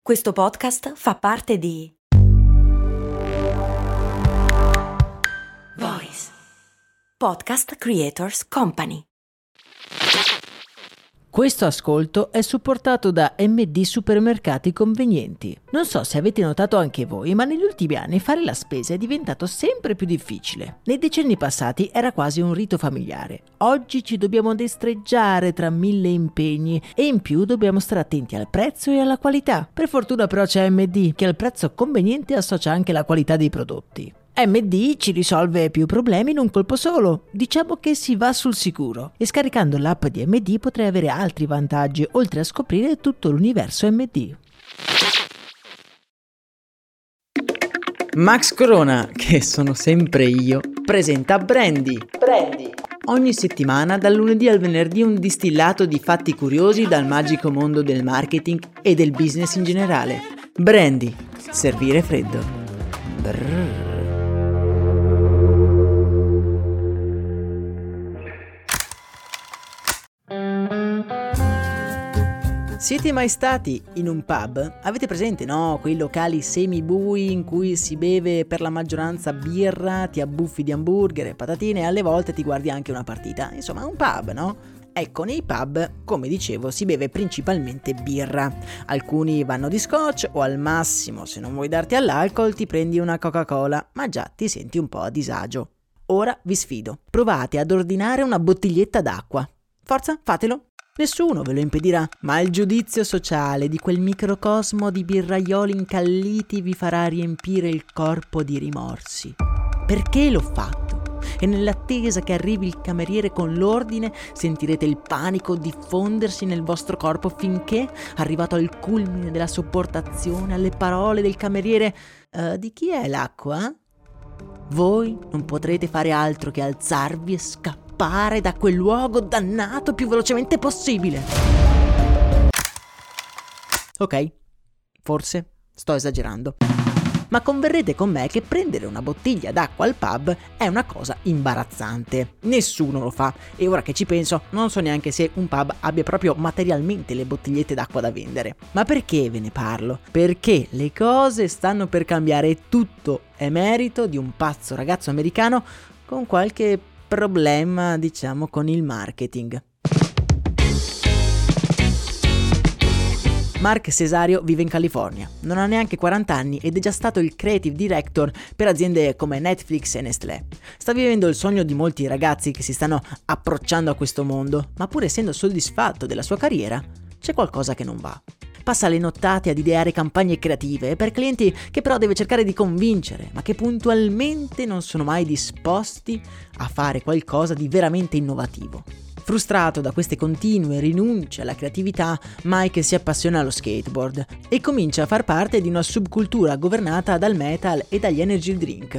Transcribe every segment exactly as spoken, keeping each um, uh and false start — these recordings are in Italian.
Questo podcast fa parte di Voice Podcast Creators Company. Questo ascolto è supportato da M D Supermercati Convenienti. Non so se avete notato anche voi, ma negli ultimi anni fare la spesa è diventato sempre più difficile. Nei decenni passati era quasi un rito familiare. Oggi ci dobbiamo destreggiare tra mille impegni e in più dobbiamo stare attenti al prezzo e alla qualità. Per fortuna però c'è M D, che al prezzo conveniente associa anche la qualità dei prodotti. M D ci risolve più problemi in un colpo solo. Diciamo che si va sul sicuro. E scaricando l'app di M D potrai avere altri vantaggi, oltre a scoprire tutto l'universo M D. Max Corona, che sono sempre io, presenta Brandy. Brandy. Ogni settimana, dal lunedì al venerdì, un distillato di fatti curiosi dal magico mondo del marketing e del business in generale. Brandy. Servire freddo. Brrr. Siete mai stati in un pub? Avete presente, no? Quei locali semi-bui in cui si beve per la maggioranza birra, ti abbuffi di hamburger e patatine e alle volte ti guardi anche una partita. Insomma, un pub, no? Ecco, nei pub, come dicevo, si beve principalmente birra. Alcuni vanno di scotch o al massimo, se non vuoi darti all'alcol, ti prendi una Coca-Cola, ma già ti senti un po' a disagio. Ora vi sfido. Provate ad ordinare una bottiglietta d'acqua. Forza, fatelo! Nessuno ve lo impedirà, ma il giudizio sociale di quel microcosmo di birraioli incalliti vi farà riempire il corpo di rimorsi. Perché l'ho fatto? E nell'attesa che arrivi il cameriere con l'ordine, sentirete il panico diffondersi nel vostro corpo finché, arrivato al culmine della sopportazione, alle parole del cameriere uh, «Di chi è l'acqua?» voi non potrete fare altro che alzarvi e scappare da quel luogo dannato più velocemente possibile. Ok, forse sto esagerando. Ma converrete con me che prendere una bottiglia d'acqua al pub è una cosa imbarazzante. Nessuno lo fa e ora che ci penso non so neanche se un pub abbia proprio materialmente le bottigliette d'acqua da vendere. Ma perché ve ne parlo? Perché le cose stanno per cambiare e tutto è merito di un pazzo ragazzo americano con qualche problema, diciamo, con il marketing. Mark Cesario vive in California, non ha neanche quaranta anni ed è già stato il creative director per aziende come Netflix e Nestlé. Sta vivendo il sogno di molti ragazzi che si stanno approcciando a questo mondo, ma pur essendo soddisfatto della sua carriera, c'è qualcosa che non va. Passa le nottate ad ideare campagne creative per clienti che però deve cercare di convincere, ma che puntualmente non sono mai disposti a fare qualcosa di veramente innovativo. Frustrato da queste continue rinunce alla creatività, Mike si appassiona allo skateboard e comincia a far parte di una subcultura governata dal metal e dagli energy drink.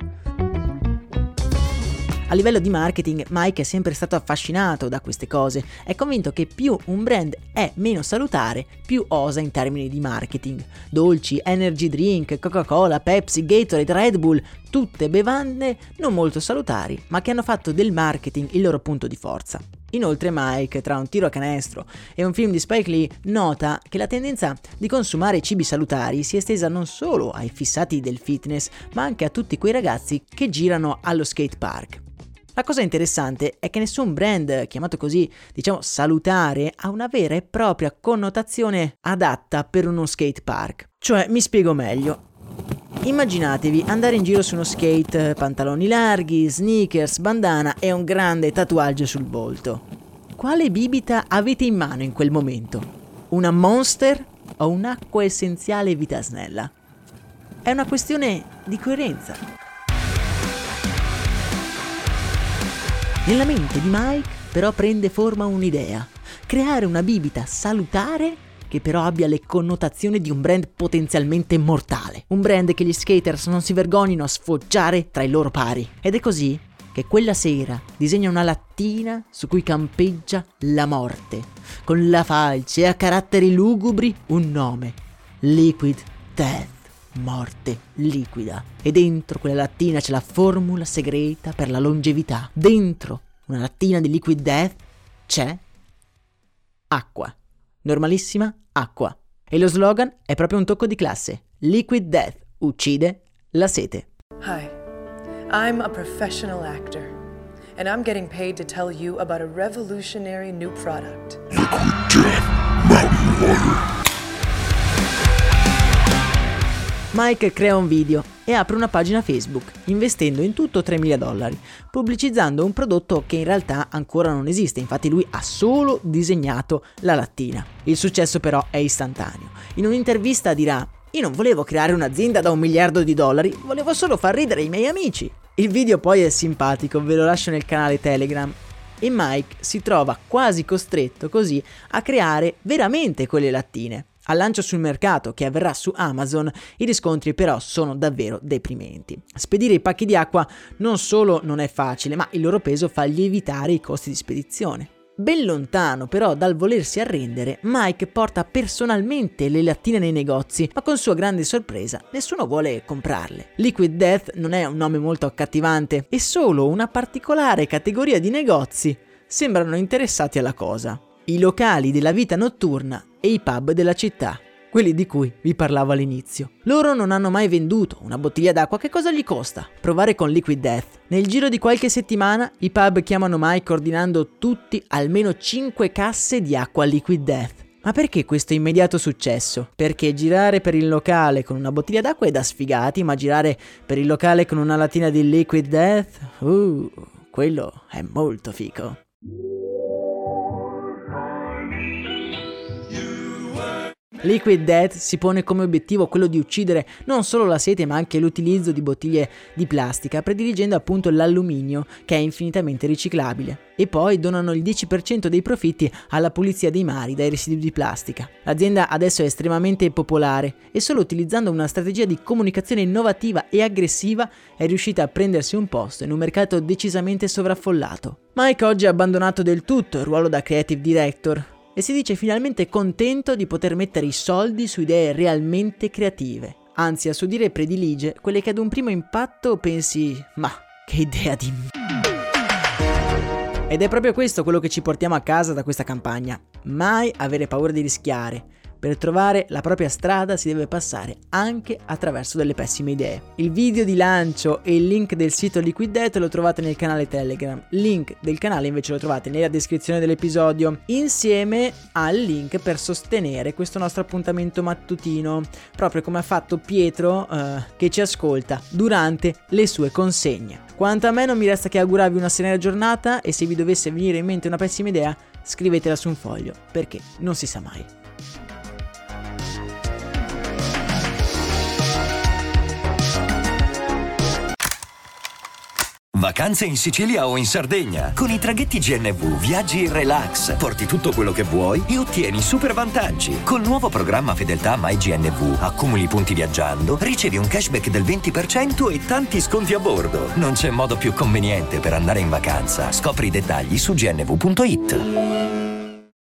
A livello di marketing, Mike è sempre stato affascinato da queste cose. È convinto che più un brand è meno salutare, più osa in termini di marketing. Dolci, energy drink, Coca-Cola, Pepsi, Gatorade, Red Bull, tutte bevande non molto salutari, ma che hanno fatto del marketing il loro punto di forza. Inoltre Mike, tra un tiro a canestro e un film di Spike Lee, nota che la tendenza di consumare cibi salutari si è estesa non solo ai fissati del fitness, ma anche a tutti quei ragazzi che girano allo skate park. La cosa interessante è che nessun brand, chiamato così, diciamo salutare, ha una vera e propria connotazione adatta per uno skate park. Cioè, mi spiego meglio. Immaginatevi andare in giro su uno skate, pantaloni larghi, sneakers, bandana e un grande tatuaggio sul volto. Quale bibita avete in mano in quel momento? Una Monster o un'acqua essenziale Vita Snella? È una questione di coerenza. Nella mente di Mike però prende forma un'idea: creare una bibita salutare che però abbia le connotazioni di un brand potenzialmente mortale, un brand che gli skaters non si vergognino a sfoggiare tra i loro pari. Ed è così che quella sera disegna una lattina su cui campeggia la morte, con la falce e a caratteri lugubri un nome: Liquid Death. Morte liquida. E dentro quella lattina c'è la formula segreta per la longevità. Dentro una lattina di Liquid Death c'è acqua. Normalissima acqua. E lo slogan è proprio un tocco di classe. Liquid Death uccide la sete. Hi, I'm a professional actor, and I'm getting paid to tell you about a revolutionary new product. Liquid Death Mountain Water. Mike crea un video e apre una pagina Facebook, investendo in tutto tremila dollari, pubblicizzando un prodotto che in realtà ancora non esiste, infatti lui ha solo disegnato la lattina. Il successo però è istantaneo. In un'intervista dirà: "Io non volevo creare un'azienda da un miliardo di dollari, volevo solo far ridere i miei amici". Il video poi è simpatico, ve lo lascio nel canale Telegram. E Mike si trova quasi costretto così a creare veramente quelle lattine. Al lancio sul mercato, che avverrà su Amazon, i riscontri però sono davvero deprimenti. Spedire i pacchi di acqua non solo non è facile, ma il loro peso fa lievitare i costi di spedizione. Ben lontano però dal volersi arrendere, Mike porta personalmente le lattine nei negozi, ma con sua grande sorpresa nessuno vuole comprarle. Liquid Death non è un nome molto accattivante e solo una particolare categoria di negozi sembrano interessati alla cosa: i locali della vita notturna e i pub della città, quelli di cui vi parlavo all'inizio. Loro non hanno mai venduto una bottiglia d'acqua, che cosa gli costa provare con Liquid Death? Nel giro di qualche settimana i pub chiamano Mike ordinando tutti almeno cinque casse di acqua Liquid Death. Ma perché questo immediato successo? Perché girare per il locale con una bottiglia d'acqua è da sfigati, ma girare per il locale con una lattina di Liquid Death? Uh, quello è molto fico. Liquid Death si pone come obiettivo quello di uccidere non solo la sete, ma anche l'utilizzo di bottiglie di plastica, prediligendo appunto l'alluminio, che è infinitamente riciclabile. E poi donano il dieci per cento dei profitti alla pulizia dei mari dai residui di plastica. L'azienda adesso è estremamente popolare e solo utilizzando una strategia di comunicazione innovativa e aggressiva è riuscita a prendersi un posto in un mercato decisamente sovraffollato. Mike oggi ha abbandonato del tutto il ruolo da creative director e si dice finalmente contento di poter mettere i soldi su idee realmente creative. Anzi, a suo dire predilige quelle che ad un primo impatto pensi: ma che idea di m***a. Ed è proprio questo quello che ci portiamo a casa da questa campagna: mai avere paura di rischiare. Per trovare la propria strada si deve passare anche attraverso delle pessime idee. Il video di lancio e il link del sito Liquid Death lo trovate nel canale Telegram. Link del canale invece lo trovate nella descrizione dell'episodio, insieme al link per sostenere questo nostro appuntamento mattutino, proprio come ha fatto Pietro eh, che ci ascolta durante le sue consegne. Quanto a me non mi resta che augurarvi una serena giornata, e se vi dovesse venire in mente una pessima idea, scrivetela su un foglio, perché non si sa mai. Vacanze in Sicilia o in Sardegna. Con i traghetti G N V viaggi in relax, porti tutto quello che vuoi e ottieni super vantaggi. Col nuovo programma Fedeltà MyGNV accumuli punti viaggiando, ricevi un cashback del venti per cento e tanti sconti a bordo. Non c'è modo più conveniente per andare in vacanza. Scopri i dettagli su gnv punto it.